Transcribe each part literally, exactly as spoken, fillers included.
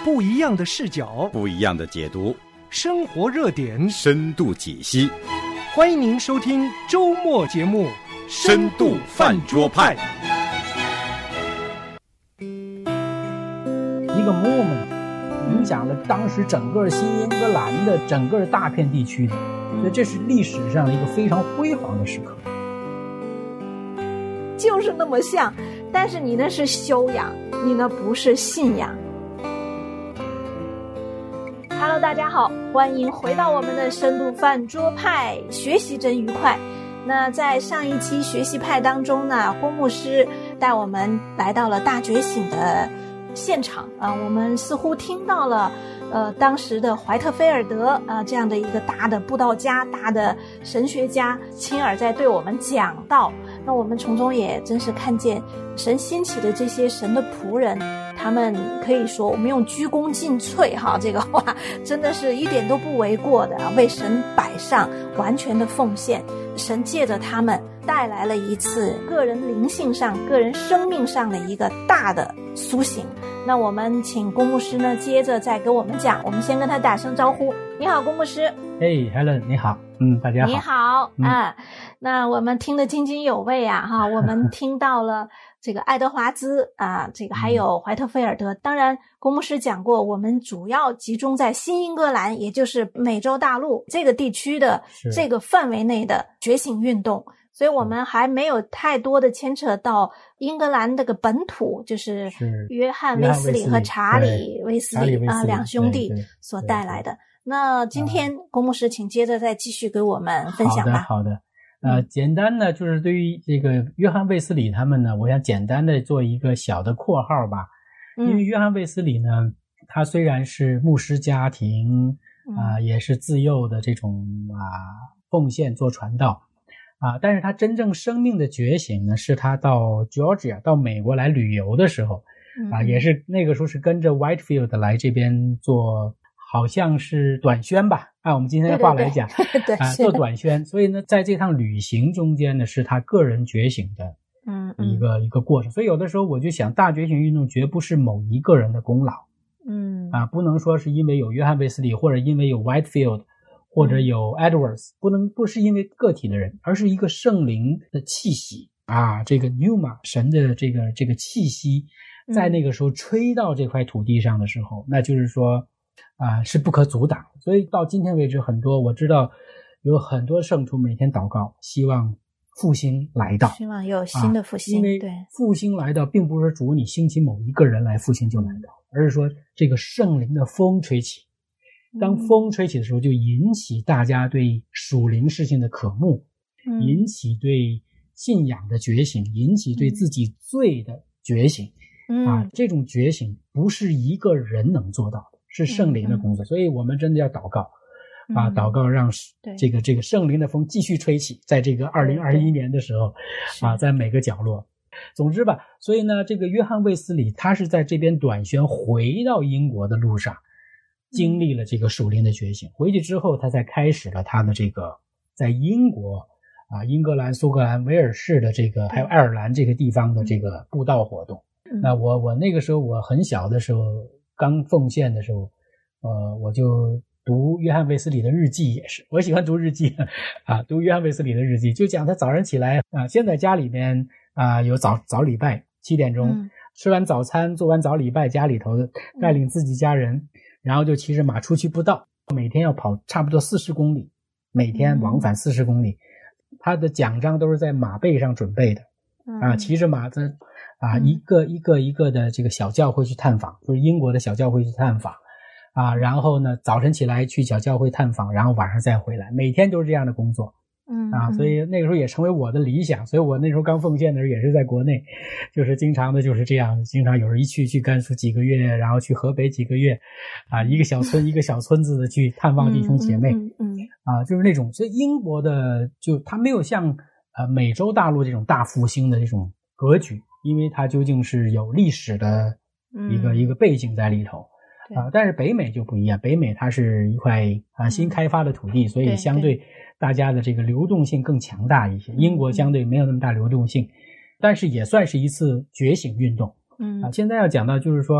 不一样的视角， 不一样的解读， 生活热点， 深度解析。 欢迎您收听周末节目《 深度饭桌派》。 一个 moment 影响了当时整个新英格兰的整个大片地区的，所以这是历史上的一个非常辉煌的时刻。 就是那么像，但是你那是修养，你那不是信仰。Hello， 大家好，欢迎回到我们的深度饭桌派，学习真愉快。那在上一期学习派当中呢，郭牧师带我们来到了大觉醒的现场啊、呃，我们似乎听到了呃当时的怀特菲尔德啊、呃、这样的一个大的布道家、大的神学家亲耳在对我们讲道。那我们从中也真是看见神兴起的这些神的仆人，他们可以说我们用鞠躬尽瘁哈，这个话真的是一点都不为过的啊，为神摆上完全的奉献。神借着他们带来了一次个人灵性上、个人生命上的一个大的苏醒。那我们请龚牧师呢，接着再给我们讲。我们先跟他打声招呼。你好，龚牧师。 嘿、hey, Helen， 你好。嗯，大家好。 你好、 嗯、 啊，那我们听得津津有味啊，哈，我们听到了这个爱德华兹啊，这个还有怀特菲尔德。当然，龚牧师讲过，我们主要集中在新英格兰，也就是美洲大陆这个地区的这个范围内的觉醒运动。所以我们还没有太多的牵扯到英格兰这个本土，就是约翰卫斯理和查理卫斯理啊两兄弟所带来的。那今天龚牧师请接着再继续给我们分享吧。 好的好的呃，简单的就是对于这个约翰卫斯理他们呢，我想简单的做一个小的括号吧。嗯、因为约翰卫斯理呢，他虽然是牧师家庭啊、呃，也是自幼的这种啊奉献做传道啊，但是他真正生命的觉醒呢，是他到 Georgia 到美国来旅游的时候啊，也是那个时候是跟着 Whitefield 来这边做，好像是短宣吧，按我们今天的话来讲， 对对对啊，做短宣。所以呢，在这趟旅行中间呢，是他个人觉醒的嗯一个、嗯、一个过程。所以有的时候我就想，大觉醒运动绝不是某一个人的功劳， 嗯啊，不能说是因为有约翰卫斯理，或者因为有 Whitefield，或者有 Edwards， 不能不是因为个体的人，而是一个圣灵的气息啊，这个 pneuma 神的这个这个气息，在那个时候吹到这块土地上的时候，嗯、那就是说啊是不可阻挡。所以到今天为止，很多我知道有很多圣徒每天祷告，希望复兴来到， 希望有新的复兴。 啊、因为复兴来到，并不是主你兴起某一个人来复兴就来到，嗯、而是说这个圣灵的风吹起。当风吹起的时候，就引起大家对属灵事情的渴慕，嗯、引起对信仰的觉醒，引起对自己罪的觉醒。嗯、啊，这种觉醒不是一个人能做到的，是圣灵的工作。嗯、所以我们真的要祷告，嗯、啊，祷告让这个这个圣灵的风继续吹起，在这个二零二一年的时候，啊，在每个角落。总之吧，所以呢，这个约翰卫斯理他是在这边短宣回到英国的路上。经历了这个属灵的觉醒，回去之后他才开始了他的这个在英国啊，英格兰、苏格兰、威尔士的这个还有爱尔兰这个地方的这个布道活动。嗯、那我我那个时候我很小的时候刚奉献的时候，呃，我就读约翰卫斯理的日记，也是我喜欢读日记啊，读约翰卫斯理的日记，就讲他早上起来啊，先在家里面啊有早早礼拜，七点钟、嗯、吃完早餐，做完早礼拜，家里头带领自己家人。嗯然后就骑着马出去布道，每天要跑差不多四十公里，每天往返四十公里。嗯、他的奖章都是在马背上准备的，嗯、啊，骑着马的啊，嗯、一个一个一个的这个小教会去探访，就是英国的小教会去探访，啊，然后呢，早晨起来去小教会探访，然后晚上再回来，每天都是这样的工作。嗯啊，所以那个时候也成为我的理想，所以我那时候刚奉献的时候也是在国内，就是经常的就是这样，经常有人一去去甘肃几个月，然后去河北几个月，啊，一个小村一个小村子的去探望弟兄姐妹，嗯 嗯, 嗯啊，就是那种，所以英国的就它没有像呃美洲大陆这种大复兴的这种格局，因为它究竟是有历史的一个、嗯、一个背景在里头。啊，但是北美就不一样，北美它是一块啊新开发的土地，所以相对大家的这个流动性更强大一些。英国相对没有那么大流动性，但是也算是一次觉醒运动。嗯啊，现在要讲到就是说，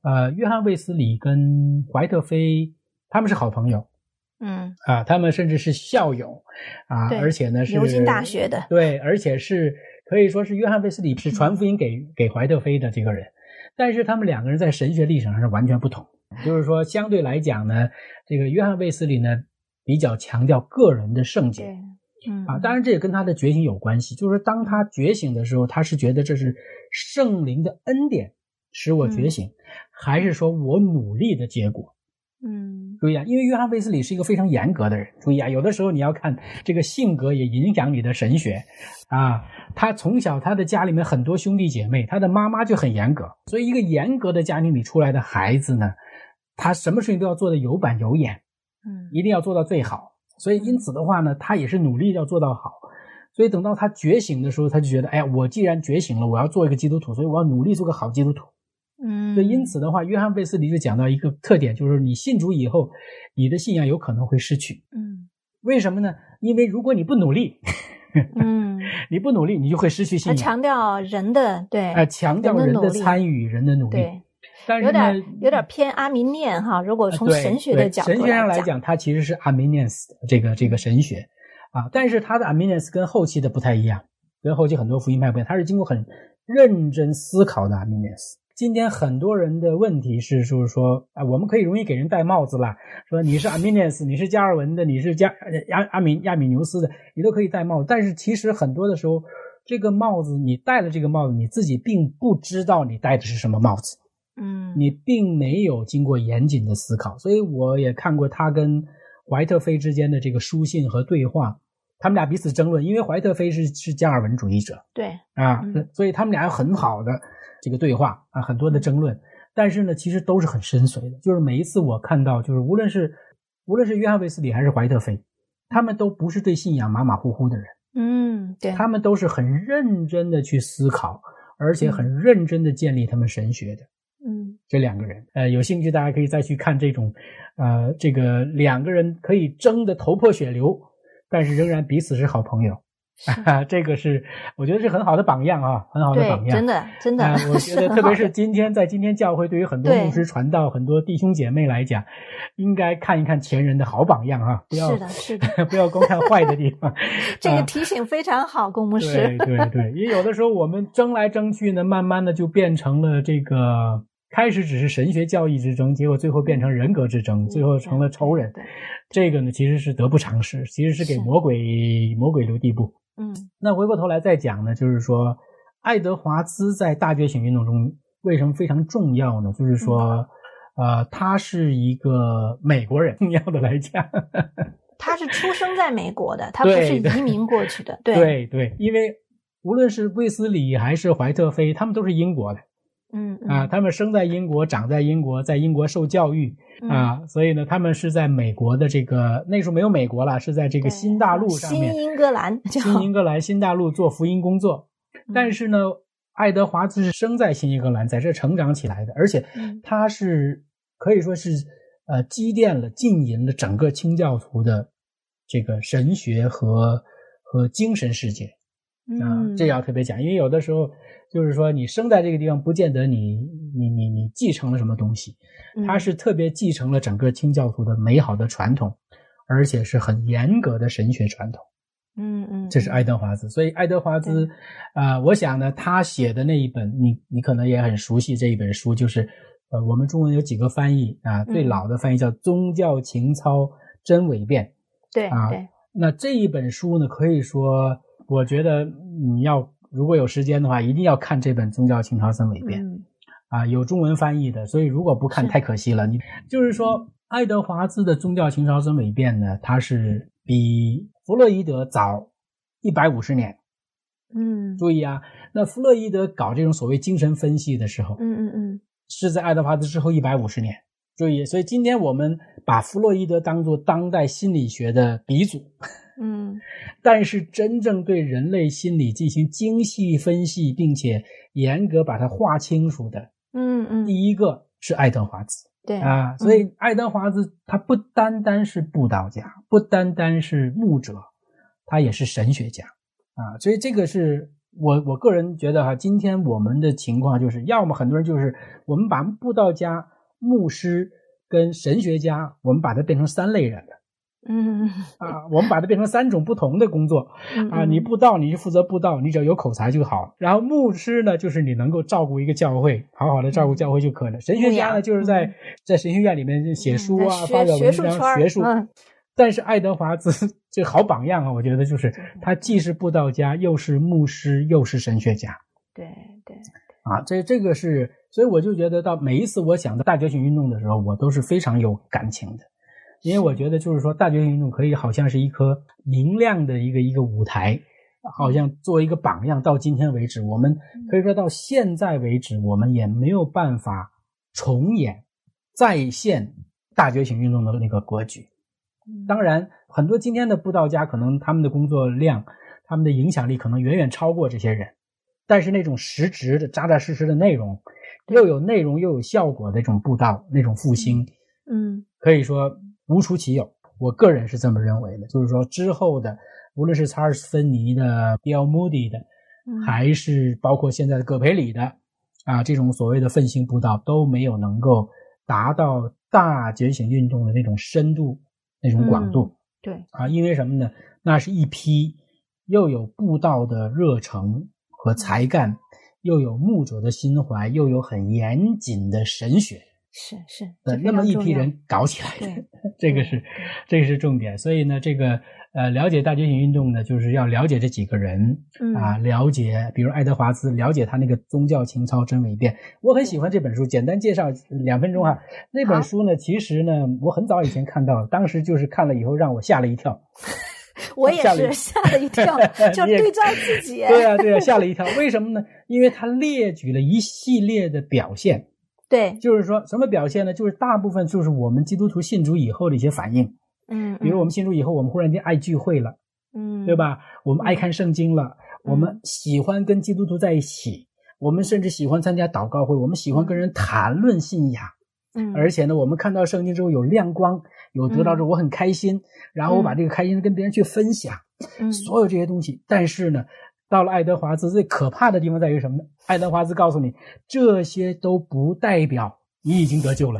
呃，约翰卫斯理跟怀特菲他们是好朋友。 嗯啊，他们甚至是校友啊，而且呢是牛津大学的， 对，而且是可以说是约翰卫斯理是传福音给、嗯、给怀特菲的这个人，但是他们两个人在神学历程上是完全不同。就是说，相对来讲呢，这个约翰卫斯理呢比较强调个人的圣洁， 嗯啊，当然这也跟他的觉醒有关系。就是当他觉醒的时候，他是觉得这是圣灵的恩典使我觉醒，嗯、还是说我努力的结果？ 嗯， 注意啊，因为约翰卫斯理是一个非常严格的人。注意啊，有的时候你要看这个性格也影响你的神学啊。他从小他的家里面很多兄弟姐妹，他的妈妈就很严格，所以一个严格的家庭里出来的孩子呢，他什么事情都要做得有板有眼， 嗯， 一定要做到最好。所以因此的话呢，他也是努力要做到好。所以等到他觉醒的时候，他就觉得，哎呀，我既然觉醒了，我要做一个基督徒，所以我要努力做个好基督徒。 嗯， 所以因此的话，约翰卫斯理就讲到一个特点，就是你信主以后，你的信仰有可能会失去。 嗯， 为什么呢？因为如果你不努力， 嗯， 你不努力，你就会失去信仰。 他强调人的对， 啊、呃，强调人的参与，人的努力。 对， 但是有点有点偏阿明念哈。如果从神学的角度来讲， 神学上来讲，它其实是阿明念斯这个这个神学啊，但是他的阿明念斯跟后期的不太一样，跟后期很多福音派不一样，他是经过很认真思考的阿明念斯。今天很多人的问题是，就是说，啊，我们可以容易给人戴帽子啦，说你是阿米涅斯，你是加尔文的，你是加阿阿米亚米纽斯的，你都可以戴帽子。但是其实很多的时候，这个帽子你戴了这个帽子，你自己并不知道你戴的是什么帽子， 嗯， 你并没有经过严谨的思考。所以我也看过他跟怀特菲之间的这个书信和对话，他们俩彼此争论，因为怀特菲是是加尔文主义者， 对啊、 嗯， 所以他们俩有很好的这个对话啊，很多的争论，但是呢，其实都是很深邃的。就是每一次我看到，就是无论是无论是约翰卫斯理还是怀特菲，他们都不是对信仰马马虎虎的人， 嗯，对， 他们都是很认真的去思考，而且很认真的建立他们神学的。 嗯， 这两个人，呃，有兴趣大家可以再去看这种，呃，这个两个人可以争得头破血流，但是仍然彼此是好朋友。啊，这个是我觉得是很好的榜样啊，很好的榜样， 真的真的、 呃、我觉得特别是今天在今天教会对于很多牧师传道很多弟兄姐妹来讲，应该看一看前人的好榜样啊，不要是的是的不要光看坏的地方这个提醒非常好，龚牧师。 对对对，因为有的时候我们争来争去呢，慢慢的就变成了这个开始只是神学教义之争，结果最后变成人格之争，最后成了仇人。这个呢其实是得不偿失，其实是给魔鬼魔鬼留地步。 嗯， 那回过头来再讲呢，就是说爱德华兹在大觉醒运动中为什么非常重要呢？就是说、嗯、呃，他是一个美国人，重要的来讲他是出生在美国的，他不是移民过去的。对对, 对对，因为无论是卫斯理还是怀特菲，他们都是英国的。 嗯, 嗯啊，他们生在英国，长在英国，在英国受教育啊、嗯，所以呢，他们是在美国的这个那时候没有美国了，是在这个新大陆上面， 新英格兰， 新英格兰新大陆做福音工作。 嗯、 但是呢，爱德华兹是生在新英格兰，在这成长起来的，而且他是可以说是呃积淀了、浸淫了整个清教徒的这个神学和和精神世界。啊，这要特别讲，因为有的时候就是说你生在这个地方不见得你你你你继承了什么东西，他是特别继承了整个清教徒的美好的传统，而且是很严格的神学传统。 嗯嗯， 这是爱德华兹。所以爱德华兹啊、呃，我想呢他写的那一本你你可能也很熟悉这一本书，就是呃我们中文有几个翻译啊，最老的翻译叫宗教情操真伪辩。 对啊， 对。 那这一本书呢，可以说我觉得你要如果有时间的话，一定要看这本《宗教情操真伪辩》。 嗯， 啊，有中文翻译的，所以如果不看太可惜了。你就是说，爱德华兹的《宗教情操真伪辩》呢，它是比弗洛伊德早一百五十年。 嗯， 注意啊，那弗洛伊德搞这种所谓精神分析的时候， 嗯嗯嗯， 是在爱德华兹之后一百五十年。注意，所以今天我们把弗洛伊德当作当代心理学的鼻祖。 嗯， 但是真正对人类心理进行精细分析，并且严格把它划清楚的， 嗯嗯， 第一个是爱德华兹。 对啊，所以爱德华兹他不单单是布道家，不单单是牧者，他也是神学家啊。所以这个是我我个人觉得哈，今天我们的情况就是，要么很多人就是我们把布道家、牧师跟神学家，我们把它变成三类人了。 嗯啊，我们把它变成三种不同的工作啊，你布道你就负责布道，你只要有口才就好。然后牧师呢，就是你能够照顾一个教会，好好的照顾教会就可以了。神学家呢，就是在在神学院里面写书啊，发表文章，学术。但是爱德华兹这好榜样啊，我觉得就是他既是布道家，又是牧师，又是神学家。 对对啊，这这个是，所以我就觉得到每一次我想到大觉醒运动的时候，我都是非常有感情的。因为我觉得就是说大觉醒运动可以好像是一颗明亮的一个一个舞台，好像作为一个榜样，到今天为止，我们可以说到现在为止，我们也没有办法重演再现大觉醒运动的那个格局。当然很多今天的布道家可能他们的工作量，他们的影响力可能远远超过这些人，但是那种实质的扎扎实实的内容，又有内容又有效果的那种布道，那种复兴， 嗯， 可以说无出其有，我个人是这么认为的。就是说之后的无论是查尔斯芬尼的 Bill Moody 的、嗯、还是包括现在的葛培理的啊，这种所谓的奋兴布道都没有能够达到大觉醒运动的那种深度那种广度、嗯、 对啊，因为什么呢？那是一批又有布道的热诚和才干、嗯、又有牧者的心怀，又有很严谨的神学， 是是的那么一批人搞起来的，这个是这个是重点。所以呢，这个呃了解大觉醒运动呢，就是要了解这几个人、嗯、啊，了解比如爱德华兹，了解他那个宗教情操真伪辩。我很喜欢这本书，简单介绍两分钟哈。那本书呢，其实呢，我很早以前看到，当时就是看了以后让我吓了一跳。 我也是吓了一跳，就对照自己。 对啊，对啊，吓了一跳。为什么呢？因为他列举了一系列的表现。 对， 就是说什么表现呢？就是大部分就是我们基督徒信主以后的一些反应。 嗯， 比如我们信主以后，我们忽然间爱聚会了，嗯，对吧？我们爱看圣经了，嗯、我们喜欢跟基督徒在一起，我们甚至喜欢参加祷告会，我们喜欢跟人谈论信仰。嗯，而且呢，我们看到圣经之后有亮光，有得到之后我很开心，嗯、然后我把这个开心跟别人去分享，嗯，所有这些东西。但是呢，到了爱德华兹，最可怕的地方在于什么呢？爱德华兹告诉你，这些都不代表你已经得救了。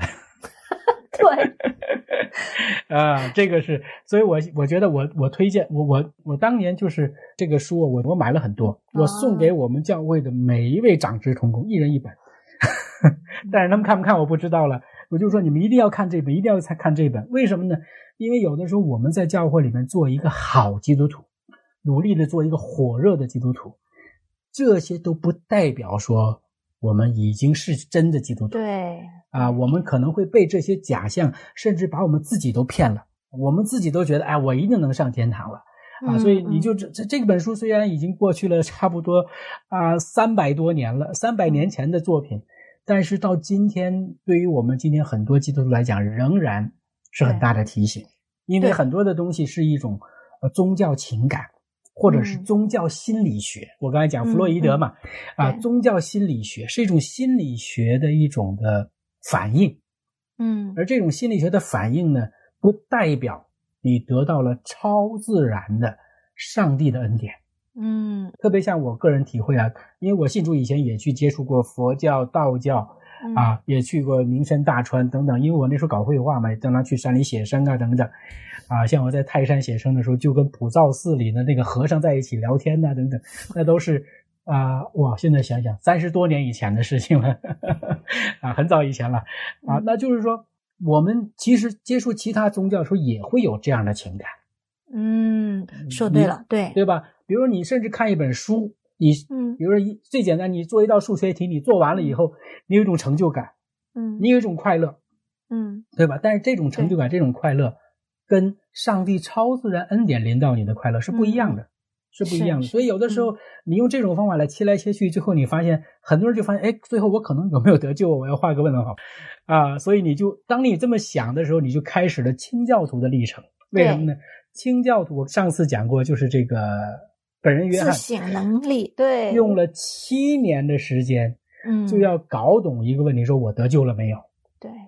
对， 啊，这个是，所以我我觉得我我推荐我我我当年就是这个书，我我买了很多，我送给我们教会的每一位长职同工，一人一本。但是他们看不看我不知道了，我就说你们一定要看这本，一定要看这本。为什么呢？因为有的时候我们在教会里面做一个好基督徒，努力的做一个火热的基督徒，这些都不代表说我们已经是真的基督徒。 对啊，我们可能会被这些假象，甚至把我们自己都骗了。我们自己都觉得，哎，我一定能上天堂了啊！所以你就这这这本书虽然已经过去了差不多啊三百多年了，三百年前的作品，但是到今天，对于我们今天很多基督徒来讲，仍然是很大的提醒，因为很多的东西是一种呃宗教情感。或者是宗教心理学、嗯、我刚才讲弗洛伊德嘛、嗯嗯、啊，宗教心理学是一种心理学的一种的反应， 嗯， 而这种心理学的反应呢，不代表你得到了超自然的上帝的恩典， 嗯， 特别像我个人体会啊，因为我信主以前也去接触过佛教、道教、嗯、啊，也去过名山大川等等，因为我那时候搞绘画嘛，经常去山里写生啊等等。啊，像我在泰山写生的时候，就跟普照寺里的那个和尚在一起聊天呐、啊，等等，那都是啊，哇！现在想想，三十多年以前的事情了，啊，很早以前了啊。那就是说，我们其实接触其他宗教的时候，也会有这样的情感。 嗯，说对了，对对吧？比如你甚至看一本书，你嗯，比如说最简单，你做一道数学题，你做完了以后，你有一种成就感， 嗯， 你有一种快乐， 嗯， 对吧？但是这种成就感，这种快乐。跟上帝超自然恩典临到你的快乐是不一样的、嗯、是不一样的。所以有的时候你用这种方法来切来切去，最后你发现很多人就发现，哎，最后我可能有没有得救，我要画个问号啊！所以你就当你这么想的时候，你就开始了清教徒的历程。为什么呢？清教徒我上次讲过，就是这个本人约翰自省能力，对， 用了七年的时间，嗯，就要搞懂一个问题，说我得救了没有？ 对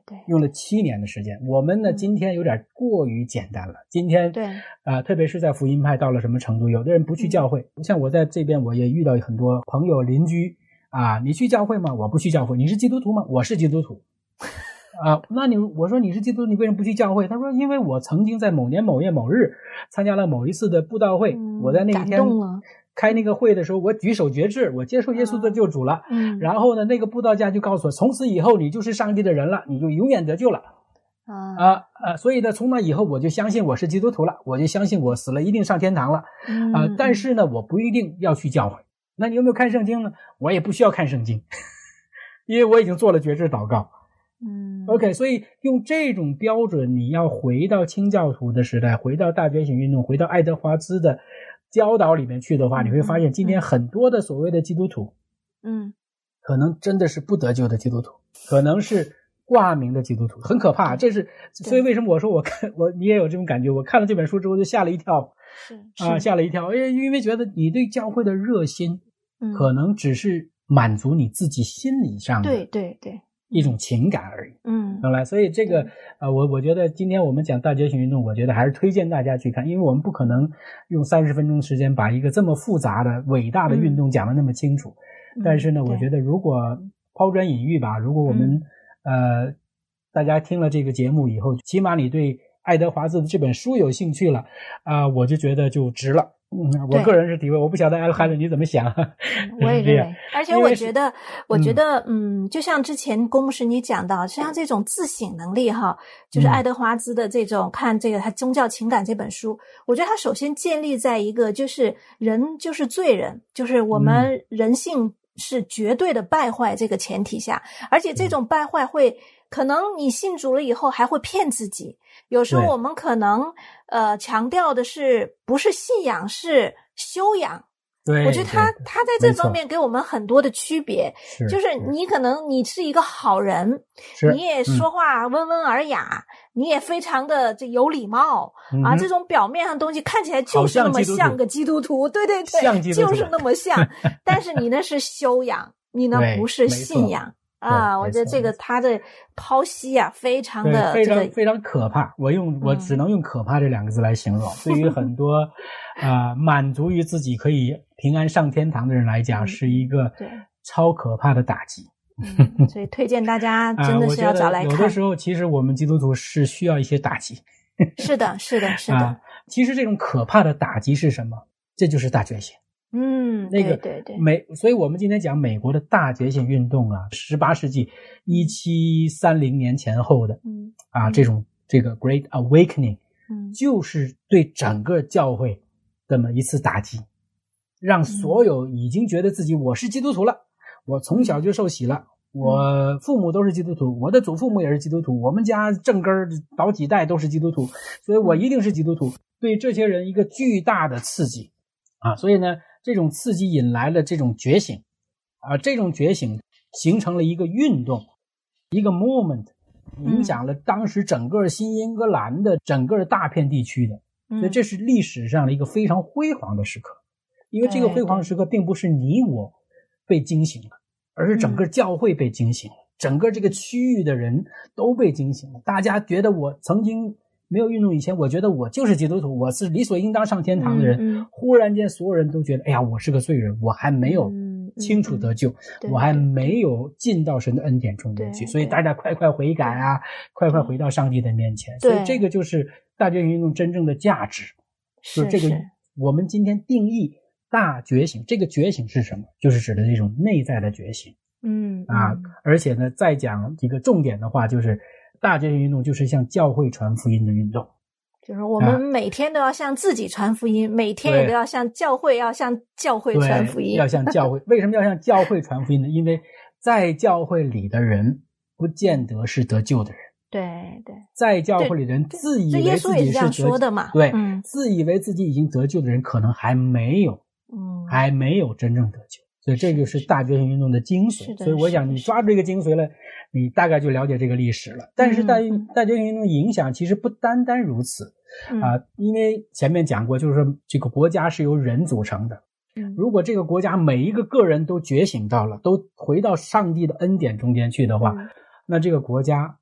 对， 用了七年的时间。我们呢，今天有点过于简单了。今天对， 呃，特别是在福音派到了什么程度，有的人不去教会，嗯、像我在这边，我也遇到很多朋友、邻居啊，你去教会吗？我不去教会。你是基督徒吗？我是基督徒。啊，那你我说你是基督徒，你为什么不去教会？他说，因为我曾经在某年某月某日参加了某一次的布道会， 嗯、 我在那一天开那个会的时候，我举手决志，我接受耶稣的救主了。 嗯， 然后呢，那个布道家就告诉我，从此以后你就是上帝的人了，你就永远得救了。 啊啊啊！所以呢，从那以后我就相信我是基督徒了，我就相信我死了一定上天堂了。 嗯啊，但是呢，我不一定要去教会。那你有没有看圣经呢？我也不需要看圣经，因为我已经做了决志祷告。 嗯 OK， 所以用这种标准，你要回到清教徒的时代，回到大觉醒运动，回到爱德华兹的教导里面去的话，你会发现今天很多的所谓的基督徒， 嗯， 可能真的是不得救的基督徒，可能是挂名的基督徒，很可怕。这是所以为什么我说我看我你也有这种感觉，我看了这本书之后就吓了一跳， 是啊，吓了一跳，因为因为觉得你对教会的热心， 嗯， 可能只是满足你自己心理上的对对对一种情感而已。 嗯， 懂了。所以这个呃，我我觉得今天我们讲大觉醒运动，我觉得还是推荐大家去看，因为我们不可能用三十分钟时间把一个这么复杂的伟大的运动讲得那么清楚。 嗯、 但是呢，我觉得如果抛砖引玉吧，如果我们、嗯、呃大家听了这个节目以后，起码你对爱德华兹的这本书有兴趣了啊、呃，我就觉得就值了。嗯，我个人是体会，我不晓得艾伦你怎么想。 我也认为，而且我觉得，我觉得，嗯，就像之前龚牧师你讲到，实际上这种自省能力哈，就是爱德华兹的这种、嗯、看这个他宗教情感这本书，我觉得他首先建立在一个就是人就是罪人，就是我们人性是绝对的败坏这个前提下，而且这种败坏会。可能你信主了以后还会骗自己，有时候我们可能呃强调的是不是信仰是修养。 对， 我觉得他他在这方面给我们很多的区别， 是就是你可能你是一个好人，你也说话温文尔雅、嗯、你也非常的这有礼貌、嗯、啊，这种表面上的东西看起来就是那么像个基督徒，对对对， 像基督徒就是那么像但是你那是修养你那不是信仰啊，我觉得这个他的剖析啊，非常的、 这个、非常、 这个、 非常可怕。我用我只能用可怕这两个字来形容。嗯、对于很多啊、呃、满足于自己可以平安上天堂的人来讲，嗯、是一个超可怕的打击。 嗯、所以推荐大家真的是要找来看。 呃、有的时候，其实我们基督徒是需要一些打击。 是的，是的，是的、啊。 其实这种可怕的打击是什么？这就是大觉醒。 嗯， 那个对对对， 美，所以我们今天讲美国的大觉醒运动啊，十八世纪一七三零年前后的， 嗯啊，这种这个 Great Awakening， 嗯， 就是对整个教会这么一次打击，让所有已经觉得自己我是基督徒了，我从小就受洗了，我父母都是基督徒，我的祖父母也是基督徒，我们家正根儿倒几代都是基督徒，所以我一定是基督徒，对这些人一个巨大的刺激啊，所以呢。这种刺激引来了这种觉醒，啊，这种觉醒形成了一个运动，一个 movement， 影响了当时整个新英格兰的整个大片地区的， 嗯、 所以这是历史上的一个非常辉煌的时刻。因为这个辉煌的时刻并不是你我被惊醒了，而是整个教会被惊醒了，嗯、整个这个区域的人都被惊醒了。大家觉得我曾经。没有运动以前，我觉得我就是基督徒，我是理所应当上天堂的人。 嗯嗯、 忽然间，所有人都觉得，哎呀，我是个罪人，我还没有清楚得救， 嗯嗯、 我还没有进到神的恩典中间去，所以大家快快悔改啊，快快回到上帝的面前。所以这个就是大觉醒运动真正的价值， 是就这个我们今天定义大觉醒，这个觉醒是什么？就是指的这种内在的觉醒。 嗯啊，而且呢，再讲一个重点的话，就是。大觉醒运动就是向教会传福音的运动， 就是我们每天都要向自己传福音，啊、每天也都要向教会，要向教会传福音， 要向教会。为什么要向教会传福音呢？因为在教会里的人不见得是得救的人。 对对， 在教会里的人自以为自己是得救， 耶稣也是这样说的嘛。 对， 嗯， 自以为自己已经得救的人，可能还没有， 嗯， 还没有真正得救。所以这就是大觉醒运动的精髓。所以我想你抓住这个精髓了，你大概就了解这个历史了。但是大大觉醒运动影响其实不单单如此啊、呃，因为前面讲过，就是说这个国家是由人组成的。如果这个国家每一个个人都觉醒到了，都回到上帝的恩典中间去的话，那这个国家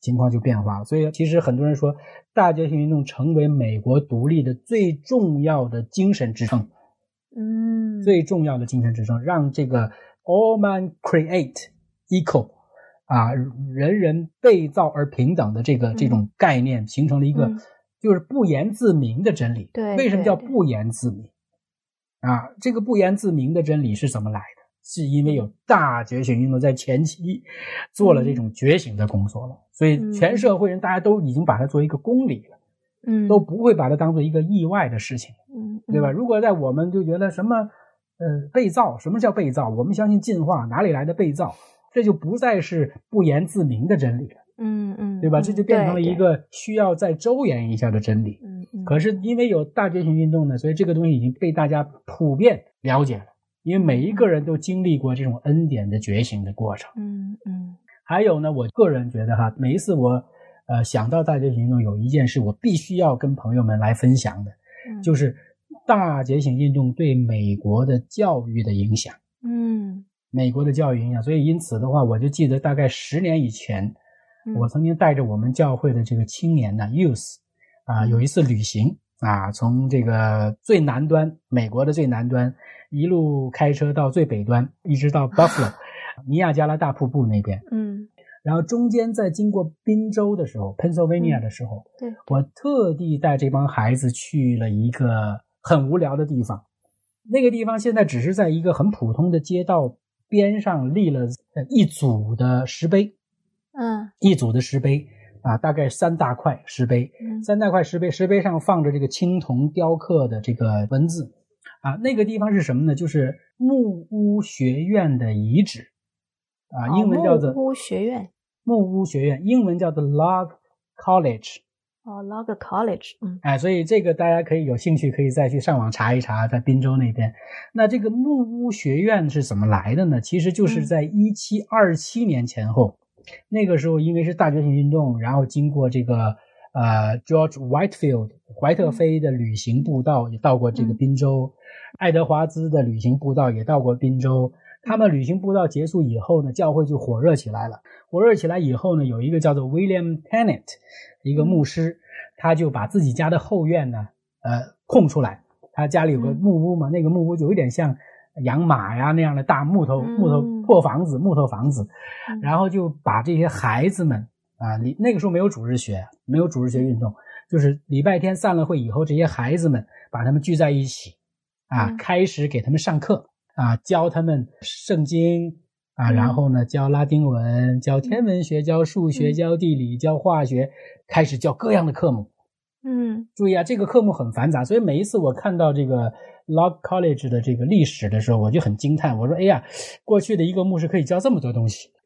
情况就变化了。所以其实很多人说大觉醒运动成为美国独立的最重要的精神支撑， 嗯， 最重要的精神支撑，让这个 all man create equal 啊，人人被造而平等的这个、嗯、这种概念形成了一个、嗯、就是不言自明的真理。 对， 为什么叫不言自明啊？这个不言自明的真理是怎么来的？是因为有大觉醒运动在前期做了这种觉醒的工作了，嗯、所以全社会人大家都已经把它作为一个公理了，嗯，都不会把它当做一个意外的事情，嗯，对吧？如果在我们就觉得什么呃被造，什么叫被造？我们相信进化，哪里来的被造？这就不再是不言自明的真理了，嗯嗯，对吧？这就变成了一个需要再周延一下的真理。嗯嗯。可是因为有大觉醒运动呢，所以这个东西已经被大家普遍了解了。因为每一个人都经历过这种恩典的觉醒的过程。嗯嗯。还有呢，我个人觉得哈，每一次我呃想到大觉醒运动，有一件事我必须要跟朋友们来分享的，嗯、就是大觉醒运动对美国的教育的影响。嗯，美国的教育影响。所以因此的话，我就记得大概十年以前，嗯、我曾经带着我们教会的这个青年呢 youth 啊、呃，有一次旅行啊，从这个最南端，美国的最南端。一路开车到最北端，一直到 Buffalo 尼亚加拉大瀑布那边。嗯，然后中间在经过宾州的时候 Pennsylvania 的时候，嗯、对，我特地带这帮孩子去了一个很无聊的地方。那个地方现在只是在一个很普通的街道边上立了一组的石碑。嗯，一组的石碑啊，大概三大块石碑，嗯、三大块石碑，石碑上放着这个青铜雕刻的这个文字。啊，那个地方是什么呢？就是木屋学院的遗址，啊，英文叫做木屋学院。 木屋学院，英文叫做 Log College。 哦 ，Log College， 嗯， 哎，所以这个大家可以有兴趣，可以再去上网查一查，在宾州那边。那这个木屋学院是怎么来的呢？其实就是在一七二七年前后，嗯、那个时候因为是大觉醒运动，然后经过这个。呃 George Whitefield 怀特菲的旅行步道也到过这个宾州，嗯、爱德华兹的旅行步道也到过宾州。他们旅行步道结束以后呢，教会就火热起来了。火热起来以后呢，有一个叫做 William Tennant 一个牧师，他就把自己家的后院呢呃空出来。他家里有个木屋嘛，嗯、那个木屋就有点像养马呀那样的大木头木头破房子木头房子，嗯、然后就把这些孩子们啊，那个时候没有主日学，没有主日学运动，就是礼拜天散了会以后，这些孩子们把他们聚在一起，啊，嗯、开始给他们上课，啊，教他们圣经，啊，然后呢，教拉丁文，教天文学，教数学，教地理，教化学，开始教各样的科目。嗯，注意啊，这个科目很繁杂，所以每一次我看到这个 Log College 的这个历史的时候，我就很惊叹，我说，哎呀，过去的一个牧师可以教这么多东西。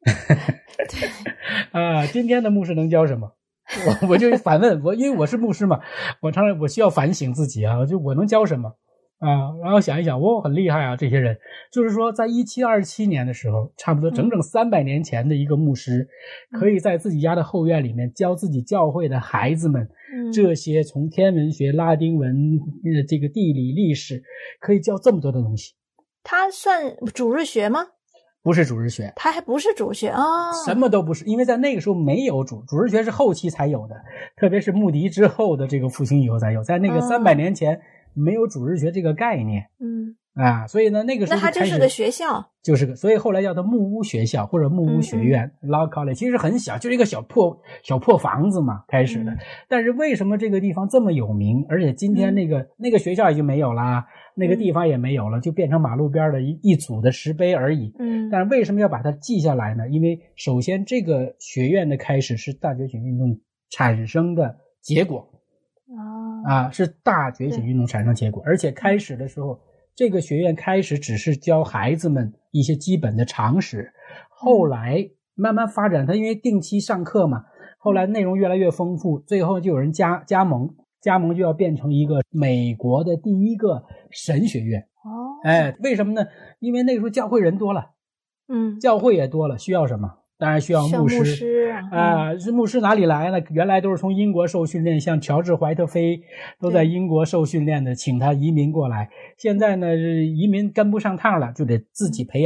啊，今天的牧师能教什么？我我就反问我，因为我是牧师嘛，我常常我需要反省自己啊，就我能教什么啊？然后想一想，我很厉害啊，这些人就是说，在一七二七年的时候，差不多整整三百年前的一个牧师，嗯、可以在自己家的后院里面教自己教会的孩子们，嗯、这些从天文学、拉丁文、呃这个地理、历史，可以教这么多的东西。 他算主日学吗？ 不是主日学， 它还不是主学啊、哦， 什么都不是，因为在那个时候没有主主日学是后期才有的，特别是穆迪之后的这个复兴以后才有，在那个三百年前没有主日学这个概念，嗯啊，所以呢那个时候就那它就是个学校， 就是个，所以后来叫做木屋学校或者木屋学院 Log College， 其实很小，就是一个小破小破房子嘛开始的、嗯，但是为什么这个地方这么有名，而且今天那个、嗯、那个学校已经没有啦。那个地方也没有了，就变成马路边的一一组的石碑而已。嗯，但是为什么要把它记下来呢？因为首先这个学院的开始是大觉醒运动产生的结果。哦，啊，是大觉醒运动产生结果，而且开始的时候，这个学院开始只是教孩子们一些基本的常识，后来慢慢发展，它因为定期上课嘛，后来内容越来越丰富，最后就有人加加盟。加盟就要变成一个美国的第一个神学院哦，哎，为什么呢？因为那个时候教会人多了，嗯，教会也多了，需要什么？当然需要牧师， 牧师啊，是、呃、牧师哪里来呢？原来都是从英国受训练，像乔治怀特菲都在英国受训练的，请他移民过来。现在呢，移民跟不上趟了，就得自己培养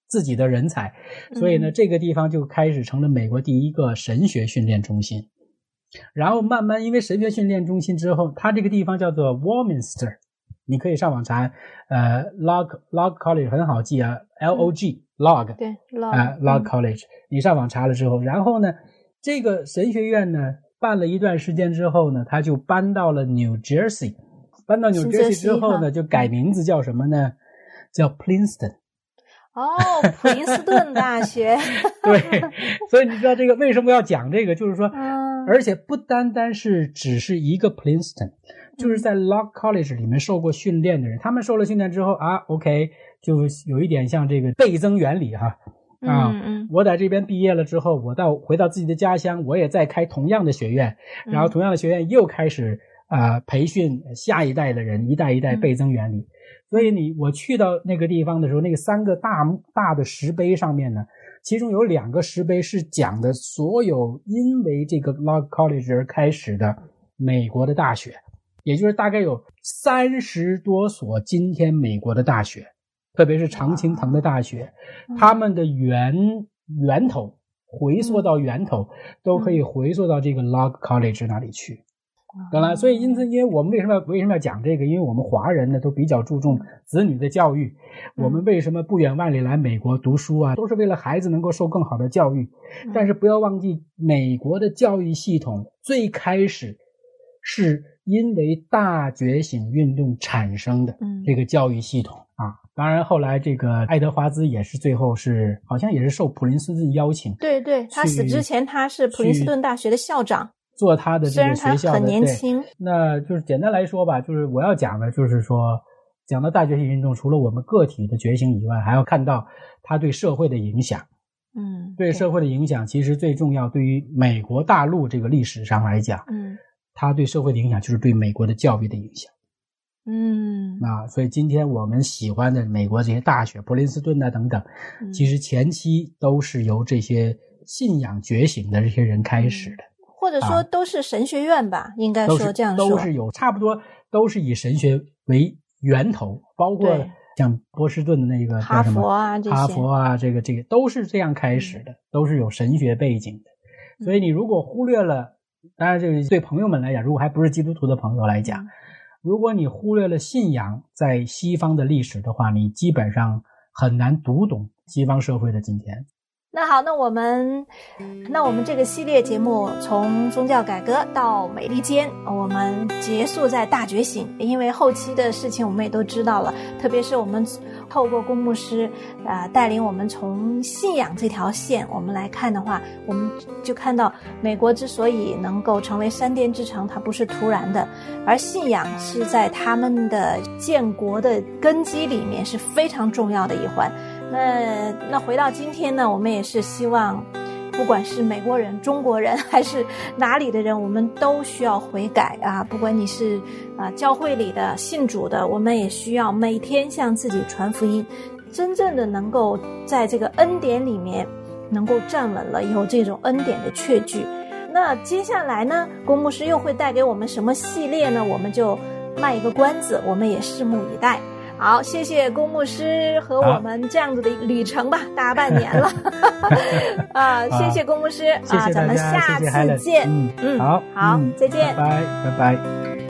自己的人才，所以呢，这个地方就开始成了美国第一个神学训练中心。然后慢慢因为神学训练中心之后，它这个地方叫做 Warminster， 你可以上网查，呃 Log Log College 很好记啊 ，L O G Log 对 Log 啊、呃、Log College，、嗯、你上网查了之后，然后呢，这个神学院呢办了一段时间之后呢，他就搬到了 New Jersey， 搬到 New Jersey 之后呢，就改名字叫什么呢？叫 Princeton。 哦，普林斯顿大学。 对，所以你知道这个为什么要讲这个，就是说、 嗯、 而且不单单是只是一个 Princeton， 就是在 Log College 里面受过训练的人，他们受了训练之后啊 OK， 就有一点像这个倍增原理哈啊、 嗯嗯， 我在这边毕业了之后，我到回到自己的家乡，我也再开同样的学院，然后同样的学院又开始啊、呃、培训下一代的人，一代一代倍增原理。嗯，所以你我去到那个地方的时候，那个三个大大的石碑上面呢，其中有两个石碑是讲的所有因为这个 Log College 而开始的美国的大学，也就是大概有三十多所今天美国的大学，特别是常青藤的大学，他们的源源头回溯到源头都可以回溯到这个 Log College 那里去。当然，所以因此，因为我们为什么要为什么要讲这个？因为我们华人呢都比较注重子女的教育，嗯、我们为什么不远万里来美国读书啊？都是为了孩子能够受更好的教育。嗯、但是不要忘记，美国的教育系统最开始是因为大觉醒运动产生的这个教育系统、嗯、啊。当然，后来这个爱德华兹也是最后是好像也是受普林斯顿邀请， 对对，他死之前他是普林斯顿大学的校长。 做他的这个学校的， 虽然他很年轻， 那就是简单来说吧，就是我要讲的就是说，讲到大觉醒运动，除了我们个体的觉醒以外，还要看到它对社会的影响。 嗯， 对社会的影响，其实最重要，对于美国大陆这个历史上来讲， 嗯， 它对社会的影响就是对美国的教育的影响。 嗯， 啊，所以今天我们喜欢的美国这些大学，普林斯顿啊等等，嗯、其实前期都是由这些信仰觉醒的这些人开始的。 或者说都是神学院吧、啊、应该说这样说都是有差不多都是以神学为源头，包括像波士顿的那个哈佛啊这些哈佛啊这个这个都是这样开始的、嗯、都是有神学背景的。所以你如果忽略了，当然这个对朋友们来讲，如果还不是基督徒的朋友来讲，如果你忽略了信仰在西方的历史的话，你基本上很难读懂西方社会的今天。 那好，那我们那我们这个系列节目从宗教改革到美利坚，我们结束在大觉醒，因为后期的事情我们也都知道了，特别是我们透过龚牧师呃带领我们从信仰这条线我们来看的话，我们就看到美国之所以能够成为山巅之城，它不是突然的，而信仰是在他们的建国的根基里面是非常重要的一环。那那回到今天呢，我们也是希望不管是美国人、中国人还是哪里的人，我们都需要悔改啊！不管你是啊教会里的信主的，我们也需要每天向自己传福音，真正的能够在这个恩典里面能够站稳了，有这种恩典的确据。那接下来呢，龚牧师又会带给我们什么系列呢？我们就卖一个关子，我们也拭目以待。好，谢谢龚牧师和我们这样子的旅程吧，大半年了啊，谢谢龚牧师啊， 咱们下次见。 嗯嗯， 好， 好， 嗯、 再见， 拜拜，拜拜。